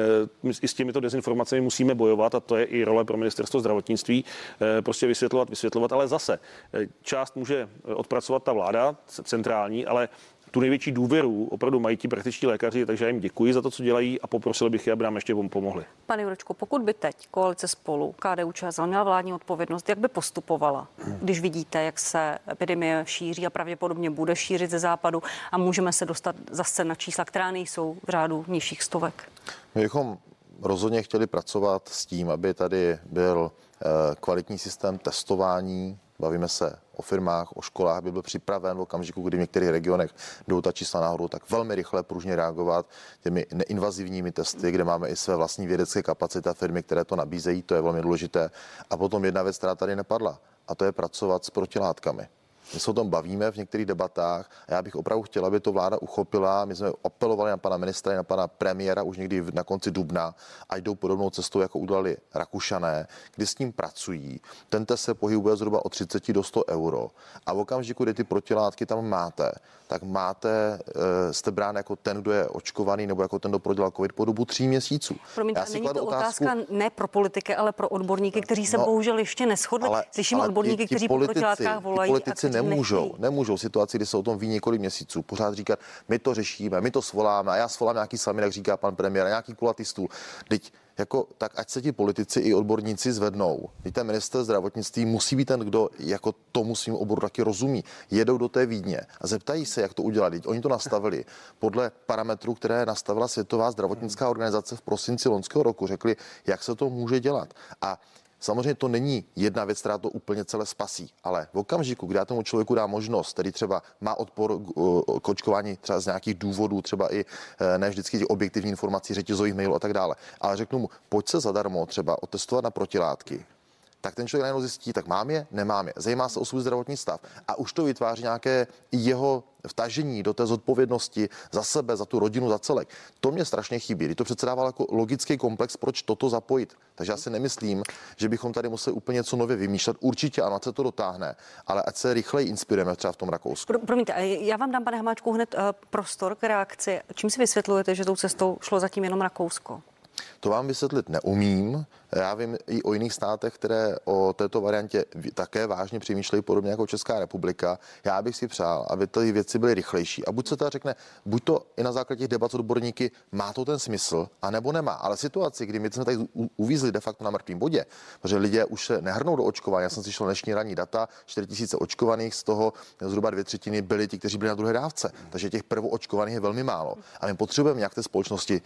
e, i s těmito dezinformacemi musíme bojovat a to je i role pro ministerstvo zdravotnictví, prostě vysvětlovat, vysvětlovat, ale zase část může odpracovat ta vláda centrální, ale tu největší důvěru opravdu mají ti praktičtí lékaři, takže já jim děkuji za to, co dělají a poprosil bych je, aby nám ještě pomohli. Pane Jurečko, pokud by teď koalice Spolu, K D U Č S L měla vládní odpovědnost, jak by postupovala, když vidíte, jak se epidemie šíří a pravděpodobně bude šířit ze západu a můžeme se dostat zase na čísla, která nejsou v řádu nižších stovek? My bychom rozhodně chtěli pracovat s tím, aby tady byl kvalitní systém testování. Bavíme se o firmách, o školách, aby byl připraven v okamžiku, kdy v některých regionech jdou ta čísla nahoru, tak velmi rychle pružně reagovat těmi neinvazivními testy, kde máme i své vlastní vědecké kapacity a firmy, které to nabízejí, to je velmi důležité. A potom jedna věc, která tady nepadla, a to je pracovat s protilátkami. My se o tom bavíme v některých debatách a já bych opravdu chtěla, aby to vláda uchopila. My jsme apelovali na pana ministra i na pana premiéra už někdy na konci dubna, ať jdou podobnou cestou, jako udělali Rakušané, kdy s tím pracují. Ten test se pohybuje zhruba od třicet do sto euro a v okamžiku, kdy ty protilátky tam máte, tak máte, jste brán jako ten, kdo je očkovaný nebo jako ten, kdo prodělal covid po dobu tří měsíců. Promiňte, není to otázku... otázka ne pro politiky, ale pro odborníky, kteří se no, bohužel ještě neshodli. Slyšíme odborníky, kteří po protilátkách volají. Politici nemůžou, nechtějí. nemůžou v situaci, kdy se o tom ví několik měsíců, pořád říkat, my to řešíme, my to svoláme a já svolám nějaký summit, jak říká pan premiér, nějaký kulatý stůl. Teď jako, tak ať se ti politici i odborníci zvednou. Teď ten minister zdravotnictví musí být ten, kdo jako tomu svým oboru taky rozumí. Jedou do té Vídně a zeptají se, jak to udělat. Teď oni to nastavili podle parametrů, které nastavila Světová zdravotnická organizace v prosinci loňského roku. Řekli, jak se to může dělat. A samozřejmě to není jedna věc, která to úplně celé spasí, ale v okamžiku, kdy já tomu člověku dá možnost, který třeba má odpor k očkování třeba z nějakých důvodů, třeba i ne vždycky těch objektivních informací, řetězových mailů a tak dále, ale řeknu mu, pojď se zadarmo třeba otestovat na protilátky, tak ten člověk najednou zjistí, tak mám je, nemám je. Zajímá se o svůj zdravotní stav a už to vytváří nějaké jeho vtažení do té zodpovědnosti za sebe, za tu rodinu, za celek. To mě strašně chybí. Když to přece dával jako logický komplex, proč toto zapojit. Takže já si nemyslím, že bychom tady museli úplně něco nově vymýšlet. Určitě ano, ať se to dotáhne, ale ať se rychleji inspirujeme třeba v tom Rakousku. Pro, promiňte, já vám dám, pane Hamáčku, hned uh, prostor k reakci. Čím si vysvětlujete, že tou cestou šlo zatím jenom Rakousko? To vám vysvětlit neumím. Já vím i o jiných státech, které o této variantě také vážně přemýšlejí, podobně jako Česká republika. Já bych si přál, aby ty věci byly rychlejší. A buď se teda řekne, buď to i na základě těch debat s odborníky má to ten smysl, anebo nemá. Ale situaci, kdy my jsme tady uvízli de facto na mrtvém bodě, protože lidé už se nehrnou do očkování. Já jsem slyšel dnešní ranní data, čtyři tisíce očkovaných, z toho zhruba dvě třetiny byly ti, kteří byli na druhé dávce. Takže těch prvoočkovaných je velmi málo. A my potřebujeme nějak té společnosti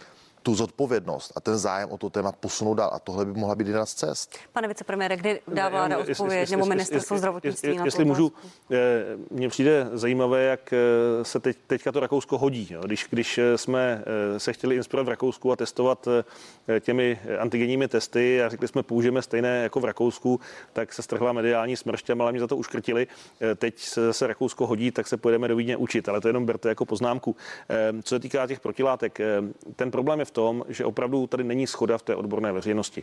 tu zodpovědnost a ten zájem o to téma posunout dál. A tohle by mohla být jedna z cest. Pane vicepremiére, kdy dá vláda odpověď nebo ministerstvo zdravotnictví na to? Jestli můžu, mně přijde zajímavé, jak se teď, teďka to Rakousko hodí. Jo. Když, když jsme se chtěli inspirovat v Rakousku a testovat těmi antigenními testy a řekli jsme, použijeme stejné jako v Rakousku, tak se strhla mediální smršť a malé mě za to uškrtili. Teď se zase Rakousko hodí, tak se pojedeme do Vídně učit, ale to jenom berte jako poznámku. Co se týká těch protilátek, ten problém je v tom, že opravdu tady není shoda v té odborné veřejnosti.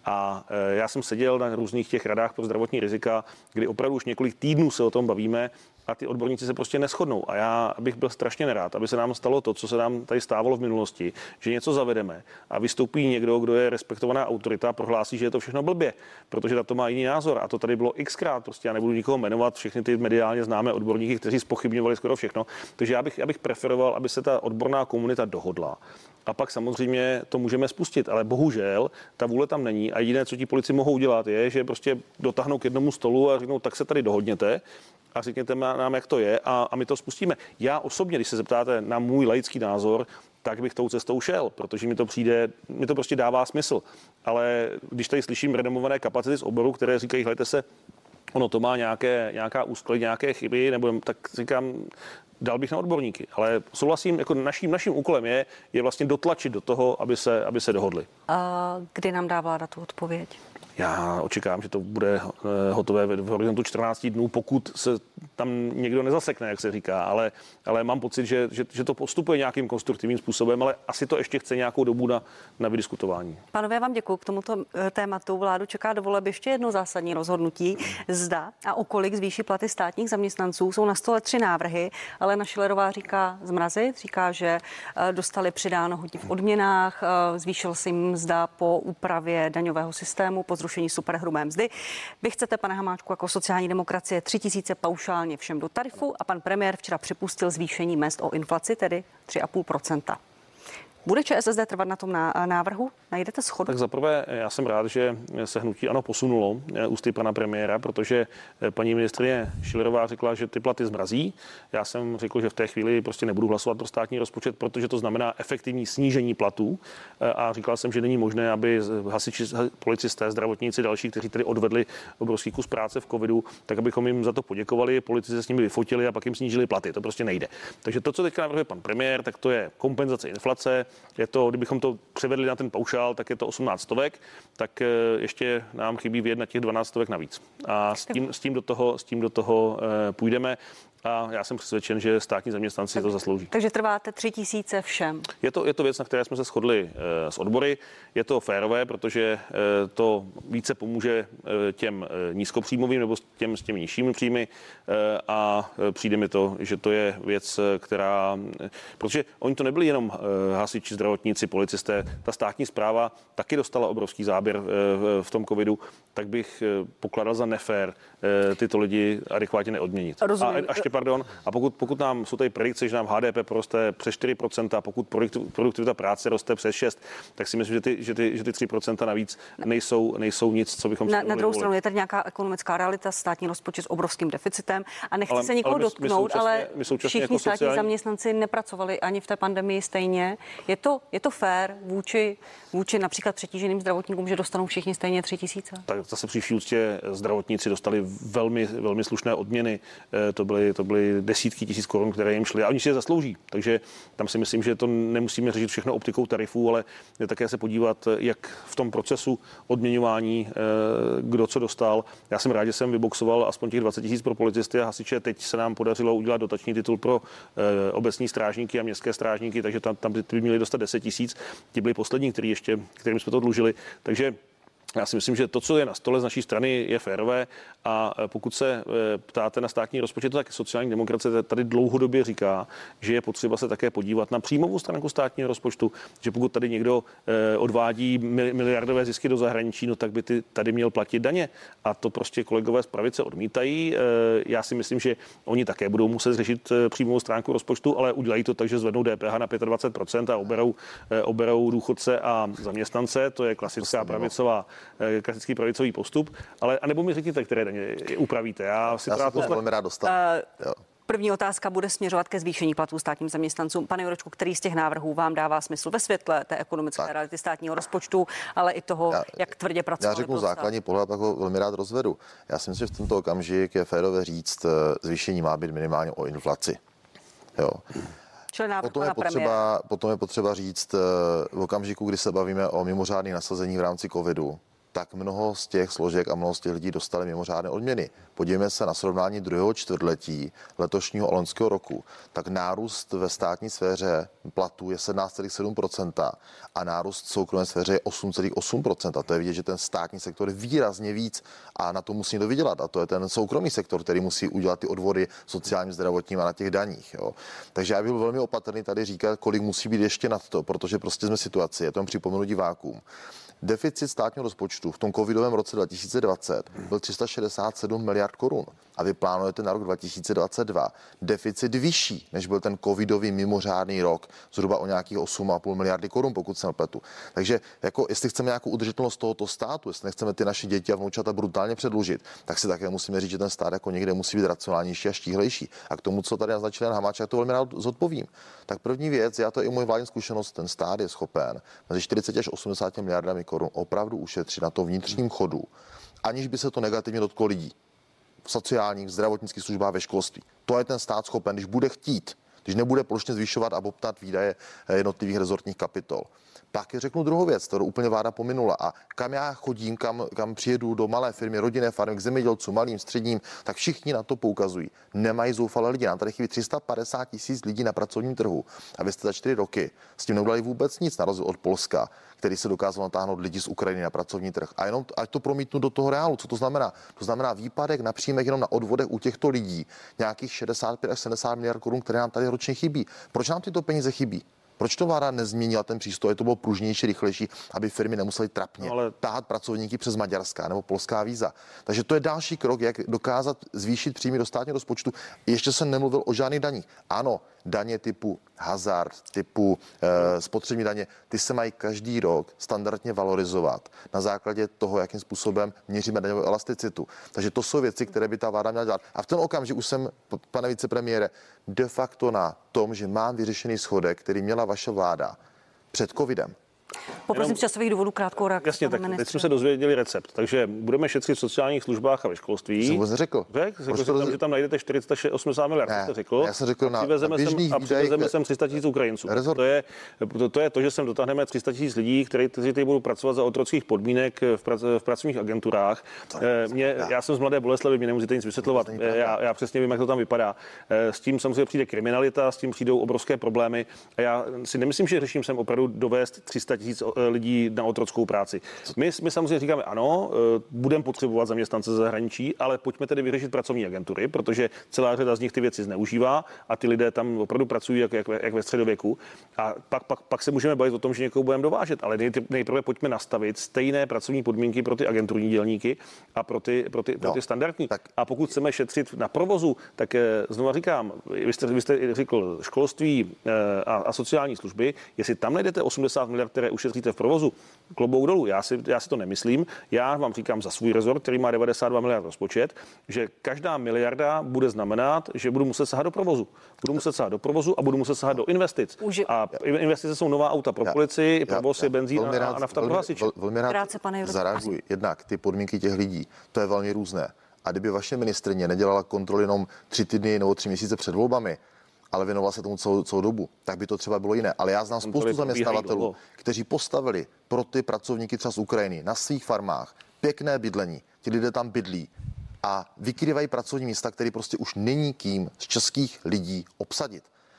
A já jsem seděl na různých těch radách pro zdravotní rizika, kdy opravdu už několik týdnů se o tom bavíme a ty odborníci se prostě neshodnou. A já bych byl strašně nerád, aby se nám stalo to, co se nám tady stávalo v minulosti, že něco zavedeme a vystoupí někdo, kdo je respektovaná autorita, prohlásí, že je to všechno blbě, protože na to má jiný názor. A to tady bylo xkrát. Prostě já nebudu nikoho jmenovat, všechny ty mediálně známé odborníky, kteří zpochybňovali skoro všechno. Takže já bych, já bych preferoval, aby se ta odborná komunita dohodla. A pak samozřejmě to můžeme spustit, ale bohužel ta vůle tam není a jediné, co ti polici mohou dělat, je, že prostě dotáhnou k jednomu stolu a řeknou, tak se tady dohodněte a řekněte nám, jak to je a, a my to spustíme. Já osobně, když se zeptáte na můj laický názor, tak bych tou cestou šel, protože mi to přijde, mi to prostě dává smysl. Ale když tady slyším renomované kapacity z oboru, které říkají, hledajte se, ono to má nějaké, nějaká úsklady, nějaké chyby, nebo tak říkám, dal bych na odborníky, ale souhlasím, jako naším, naším úkolem je, je vlastně dotlačit do toho, aby se, aby se dohodli. A kdy nám dá vláda tu odpověď? Já očekávám, že to bude hotové v horizontu čtrnáct dnů, pokud se tam někdo nezasekne, jak se říká, ale, ale mám pocit, že, že, že to postupuje nějakým konstruktivním způsobem, ale asi to ještě chce nějakou dobu na, na vydiskutování. Pánové, vám děkuji k tomuto tématu. Vládu čeká do voleb ještě jedno zásadní rozhodnutí. Zda a o kolik zvýší platy státních zaměstnanců. Jsou na stole tři návrhy, ale Alena Schillerová říká zmrazit, říká, že dostali přidáno hodně v odměnách, zvýšil se jim mzda po úpravě daňového systému, po zrušení superhrubé mzdy. Vy chcete, pane Hamáčku, jako sociální demokracie tři tisíce paušálně všem do tarifu a pan premiér včera připustil zvýšení mezd o inflaci, tedy tři a půl procenta. Bude ČSSD trvat na tom návrhu? Najdete shodu? Tak zaprvé já jsem rád, že se hnutí ANO posunulo ústy pana premiéra, protože paní ministryně Schillerová řekla, že ty platy zmrazí. Já jsem řekl, že v té chvíli prostě nebudu hlasovat pro státní rozpočet, protože to znamená efektivní snížení platů. A říkal jsem, že není možné, aby hasiči, policisté, zdravotníci, další, kteří tady odvedli obrovský kus práce v covidu, tak abychom jim za to poděkovali, politici se s nimi vyfotili a pak jim snížili platy. To prostě nejde. Takže to, co teďka navrhuje pan premiér, tak to je kompenzace inflace. Je to, kdybychom to převedli na ten paušál, tak je to osmnáct stovek, tak ještě nám chybí vyjednat těch dvanáct stovek navíc. A s tím, s tím do toho, s tím do toho půjdeme. A já jsem přesvědčen, že státní zaměstnanci tak, to zaslouží. Takže trváte tři tisíce všem. Je to, je to věc, na které jsme se shodli e, s odbory. Je to férové, protože e, to více pomůže e, těm e, nízkopříjmovým nebo těm s těmi nižšími příjmy e, a e, přijde mi to, že to je věc, která... E, protože oni to nebyli jenom e, hasiči, zdravotníci, policisté. Ta státní správa taky dostala obrovský záběr e, v tom covidu, tak bych e, pokládal za nefér e, tyto lidi adekvátně neodměnit. Rozumím. A, a pardon, a pokud, pokud nám jsou tady predikce, že nám H D P poroste přes čtyři procenta, pokud produktivita práce roste přes šest, tak si myslím, že ty, že ty, že ty tři procenta navíc nejsou, nejsou nic, co bychom na, na druhou stranu je tady nějaká ekonomická realita, státní rozpočet s obrovským deficitem a nechci ale, se nikoho ale my, dotknout, my ale všichni jako státní sociální... zaměstnanci nepracovali ani v té pandemii stejně. Je to, je to fér vůči, vůči například přetíženým zdravotníkům, že dostanou všichni stejně tři tisíce? Tak zase při vší úctě zdravotníci dostali velmi, velmi slušné odměny. To byly, to byly desítky tisíc korun, které jim šly a oni si je zaslouží. Takže tam si myslím, že to nemusíme řešit všechno optikou tarifů, ale také se podívat, jak v tom procesu odměňování, kdo co dostal. Já jsem rád, že jsem vyboxoval aspoň těch dvacet tisíc pro policisty a hasiče. Teď se nám podařilo udělat dotační titul pro obecní strážníky a městské strážníky, takže tam, tam by měli dostat deset tisíc. Ti byli poslední, který ještě, kterým jsme to dlužili. Takže já si myslím, že to, co je na stole z naší strany, je férové a pokud se ptáte na státní rozpočet, tak sociální demokracie tady dlouhodobě říká, že je potřeba se také podívat na příjmovou stránku státního rozpočtu, že pokud tady někdo odvádí miliardové zisky do zahraničí, no tak by ty tady měl platit daně a to prostě kolegové z pravice odmítají. Já si myslím, že oni také budou muset řešit příjmovou stránku rozpočtu, ale udělají to tak, že zvednou D P H na dvacet pět procent a oberou, oberou důchodce a zaměstnance, to je klasická pravicová klasický pravicový postup, ale anebo mi řekněte, které daně upravíte. Já si Já rád to velmi rád dostat. Uh, První otázka bude směřovat ke zvýšení platů státním zaměstnancům. Pane Jurečku, který z těch návrhů vám dává smysl ve světle té ekonomické tak. reality státního rozpočtu, ale i toho, já, jak tvrdě pracovali? Já řeknu základní pohled, pak ho velmi rád rozvedu. Já si myslím, že v tento okamžik je férové říct, zvýšení má být minimálně o inflaci. Jo. Potom je, potřeba, potom je potřeba říct, v okamžiku, kdy se bavíme o mimořádných nasazení v rámci covidu, tak mnoho z těch složek a mnoho z těch lidí dostali mimořádné odměny. Podívejme se na srovnání druhého čtvrtletí letošního a loňského roku. Tak nárůst ve státní sféře platů je sedmnáct celá sedm procenta a nárůst v soukromé sféře je osm celá osm procenta. To je vidět, že ten státní sektor je výrazně víc a na to musí to vydělat. A to je ten soukromý sektor, který musí udělat ty odvody sociálním, zdravotním a na těch daních. Jo. Takže já bych byl velmi opatrný tady říkat, kolik musí být ještě nad to, protože prostě jsme v situaci, je to připomenu divákům. Deficit státního rozpočtu v tom covidovém roce dva tisíce dvacet byl tři sta šedesát sedm miliard korun a vy plánujete na rok dva tisíce dvacet dva deficit vyšší, než byl ten covidový mimořádný rok, zhruba o nějakých osm celá pět miliardy korun, pokud se nepletu. Takže jako jestli chceme nějakou udržitelnost tohoto státu, jestli nechceme ty naše děti a vnoučata brutálně předlužit, tak si také musíme říct, že ten stát jako někde musí být racionálnější a štíhlejší. A k tomu, co tady naznačil Jan Hamáček, to velmi rád zodpovím. Tak první věc, já to i můj vládní zkušenost, ten stát je schopen mezi čtyřicet až osmdesát miliardami korun opravdu ušetřit na to vnitřním chodu, aniž by se to negativně dotklo lidí v sociálních, zdravotnických službách, ve školství. To je ten stát schopen, když bude chtít, když nebude plošně zvyšovat a bobtnat výdaje jednotlivých rezortních kapitol. Pak řeknu druhou věc, kterou úplně vláda pominula. A kam já chodím, kam, kam přijedu do malé firmy, rodinné farmy, k zemědělcům, malým, středním, tak všichni na to poukazují. Nemají zoufalé lidi. Nám tady chybí tři sta padesát tisíc lidí na pracovním trhu. A vy jste za čtyři roky s tím neudělali vůbec nic, na rozdíl od Polska, který se dokázal natáhnout lidi z Ukrajiny na pracovní trh. A jenom ať to promítnu do toho reálu, co to znamená? To znamená výpadek na příjmech jenom na odvodech u těchto lidí nějakých šedesát pět až sedmdesát miliard korun, které nám tady ročně chybí. Proč nám tyto peníze chybí? Proč to vláda nezměnila ten přístup, to bylo pružnější, rychlejší, aby firmy nemusely trapně no, ale... táhat pracovníky přes maďarská nebo polská víza. Takže to je další krok, jak dokázat zvýšit příjmy do státního rozpočtu. Ještě jsem nemluvil o žádných daních. Ano, daně typu hazard, typu e, spotřební daně, ty se mají každý rok standardně valorizovat na základě toho, jakým způsobem měříme daňovou elasticitu. Takže to jsou věci, které by ta vláda měla dělat. A v ten okamžik už jsem, pane vicepremiére, de facto na tom, že mám vyřešený schodek, který měla vaše vláda před covidem. Poprosím z časových důvodů krátkou reakci. Jasně, tak teď jsme se dozvěděli recept. Takže budeme šetřit v sociálních službách a ve školství. Jsem vůbec neřekl. Řekl, řekl jsi tam, že tam najdete čtyři sta osmdesát miliard. Ne, jste řekl. Já jsem řekl na, přivezeme na běžných sem, a přivezeme výdajích, sem tři sta tisíc Ukrajinců. Rezort. To je, to, to je to, že sem dotáhneme tři sta tisíc lidí, kteří tady budou pracovat za otrockých podmínek v, prac, v pracovních agenturách. Mě, já jsem z Mladé Boleslavi, mě nemusíte nic vysvětlovat. Já, já přesně vím, jak to tam vypadá. S tím samozřejmě přijde kriminalita, s tím přijdou obrovské problémy. A já si nemyslím, že řeším sem opravdu dovést tři sta tisíc lidí na otrockou práci. My, my samozřejmě říkáme ano, budeme potřebovat zaměstnance ze zahraničí, ale pojďme tedy vyřešit pracovní agentury, protože celá řada z nich ty věci zneužívá a ty lidé tam opravdu pracují jak, jak, jak ve středověku. A pak, pak, pak se můžeme bavit o tom, že někoho budeme dovážet, ale nejprve pojďme nastavit stejné pracovní podmínky pro ty agenturní dělníky a pro ty, pro ty, pro ty no, standardní. Tak. A pokud chceme šetřit na provozu, tak znova říkám, vy jste, vy jste řekl školství a, a sociální služby, jestli tam najdete osmdesát miliard, které ušetříte v provozu, klobouk dolů. Já si, já si to nemyslím. Já vám říkám za svůj rezort, který má devadesát dva miliard rozpočet, že každá miliarda bude znamenat, že budu muset sahat do provozu. Budu muset sahat do provozu a budu muset sahat do investic. Už... A investice jsou nová auta pro já, policii, provoz je benzín a, a nafta pro hasiče. Velmi rád zareaguji. Jednak ty podmínky těch lidí, to je velmi různé. A kdyby vaše ministryně nedělala kontroly jenom tři týdny nebo tři měsíce před volbami, ale věnovala se tomu celou, celou dobu, tak by to třeba bylo jiné. Ale já znám spoustu zaměstnavatelů, kteří postavili pro ty pracovníky třeba z Ukrajiny na svých farmách pěkné bydlení. Ti lidé tam bydlí a vykrývají pracovní místa, které prostě už není kým z českých lidí obsadit.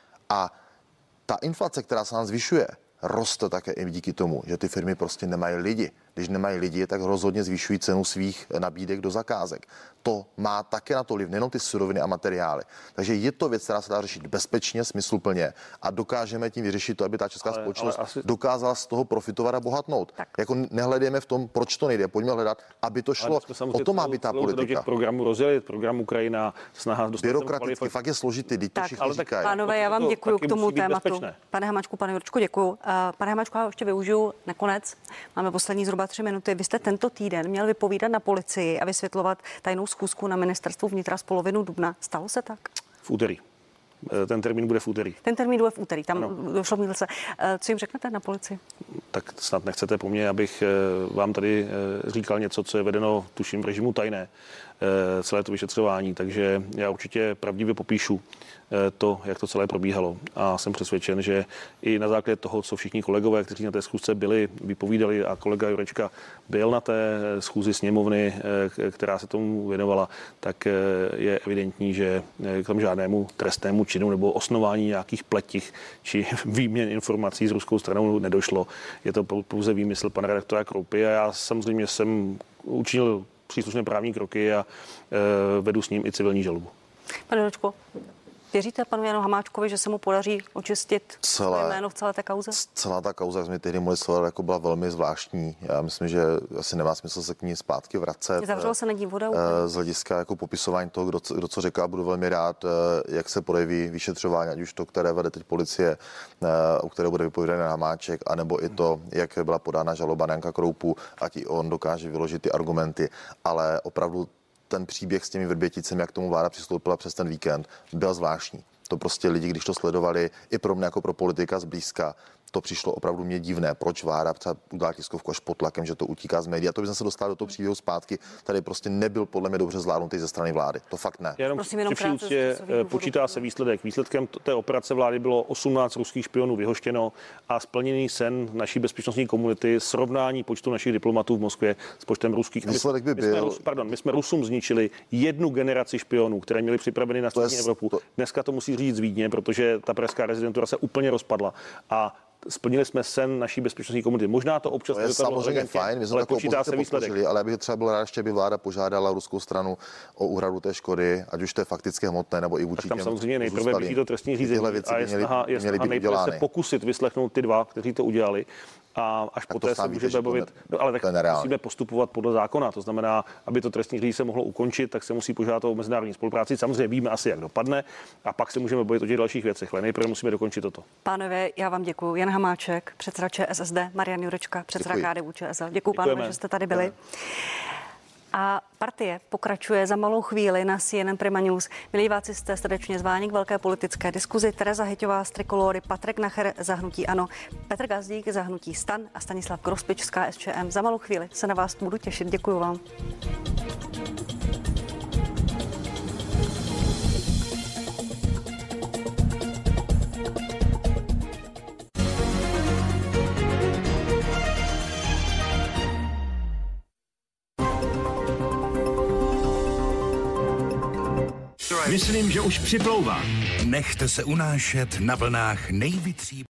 A ta inflace, která se nám zvyšuje, roste také i díky tomu, že ty firmy prostě nemají lidi. Když nemají lidi, tak rozhodně zvýšují cenu svých nabídek do zakázek. To má také na to vliv, nejenom ty suroviny a materiály. Takže je to věc, která se dá řešit bezpečně, smysluplně a dokážeme tím vyřešit to, aby ta česká ale, společnost ale asi... dokázala z toho profitovat a bohatnout. Tak. Jako nehledejme v tom, proč to nejde. Pojďme hledat, aby to šlo. O to má být ta politika. Do těch programů rozdělit, program Ukrajina, snaha dostat byrokraticky, fakt je složitý, teď to všichni říkají. Pánové, já vám děkuji k tomu tématu. Bezpečné. Pane Hamáčku, pane Jurečku, děkuji. Pane Hamáčku, já ještě využiju nakonec. Máme poslední zhruba tři minuty. Vy jste tento týden měl vypovídat na policii a vysvětlovat tajnou schůzku na ministerstvu vnitra z polovinu dubna. Stalo se tak? V úterý. Ten termín bude v úterý. Ten termín bude v úterý, tam ano. Došlo mi se. Co jim řeknete na policii? Tak snad nechcete po mně, abych vám tady říkal něco, co je vedeno, tuším, v režimu tajné, celé to vyšetřování, takže já určitě pravdivě popíšu to, jak to celé probíhalo. A jsem přesvědčen, že i na základě toho, co všichni kolegové, kteří na té schůzce byli, vypovídali a kolega Jurečka byl na té schůzi sněmovny, která se tomu věnovala, tak je evidentní, že k tomu žádnému trestnému činu nebo osnování nějakých pletích či výměn informací s ruskou stranou nedošlo. Je to pouze výmysl pana redaktora Kroupy a já samozřejmě jsem učinil příslušné právní kroky a e, vedu s ním i civilní žalobu. Pane Jurečko, věříte panu Janu Hamáčkovi, že se mu podaří očistit celé jméno v celé té kauze? Celá ta kauza, jak jsme tehdy mohli sledovat, jako byla velmi zvláštní. Já myslím, že asi nemá smysl se k ní zpátky vracet. Zavřelo se nad ní voda? Z hlediska jako popisování toho, kdo, kdo co řekl, budu velmi rád, jak se projeví vyšetřování, ať už to, které vede teď policie, u které bude vypovědán Hamáček, anebo i to, jak byla podána žaloba na Janka Kroupu, ať i on dokáže vyložit ty argumenty, ale opravdu ten příběh s těmi Vrběticemi, jak tomu vláda přistoupila přes ten víkend, byl zvláštní. To prostě lidi, když to sledovali, i pro mě jako pro politika zblízka, to přišlo opravdu mě divné. Proč vláda třeba udělá tiskovku až pod tlakem, že to utíká z médií. A to by se dostal do toho příběhu zpátky. Tady prostě nebyl podle mě dobře zvládnutý ze strany vlády. To fakt ne. Jenom Prosím, jenom krátce, počítá se výsledek. Výsledkem té operace vlády bylo osmnáct ruských špionů vyhoštěno a splněný sen naší bezpečnostní komunity, srovnání počtu našich diplomatů v Moskvě s počtem ruských. Výsledek by byl. My jsme, pardon, my jsme Rusům zničili jednu generaci špionů, které měli připraveny na střední Evropu. To... Dneska to musí říct z Vídně, protože ta pražská rezidentura se úplně rozpadla a splnili jsme sen naší bezpečnostní komunity. Možná to občas to je samozřejmě fajn, my jsme ale počítá se výsledek. Ale bych třeba byl rád, ještě by vláda požádala ruskou stranu o úhradu té škody, ať už to je fakticky hmotné nebo i vůči tam samozřejmě nejprve běží to trestní řízení a je snaha, je snaha nejprve se pokusit vyslechnout ty dva, kteří to udělali. A až tak poté se můžeme bavit, no, ale tak musíme postupovat podle zákona. To znamená, aby to trestní řízení se mohlo ukončit, tak se musí požádat o mezinárodní spolupráci. Samozřejmě víme asi, jak dopadne, a pak se můžeme bavit o těch dalších věcech. Ale nejprve musíme dokončit toto. Pánové, já vám děkuji. Jan Hamáček, předseda ČSSD, Marian Jurečka, předseda K D U Č S L. Děkuji, pánové, že jste tady byli. A partie pokračuje za malou chvíli na C N N Prima News. Milí diváci, jste srdečně zváni k velké politické diskuzi. Tereza Hyťová z Trikolóry, Patrik Nacher za hnutí ANO, Petr Gazdík za hnutí STAN a Stanislav Grospič z K S Č M. Za malou chvíli se na vás budu těšit. Děkuji vám. Myslím, že už připlouvá. Nechte se unášet na vlnách nejvytří.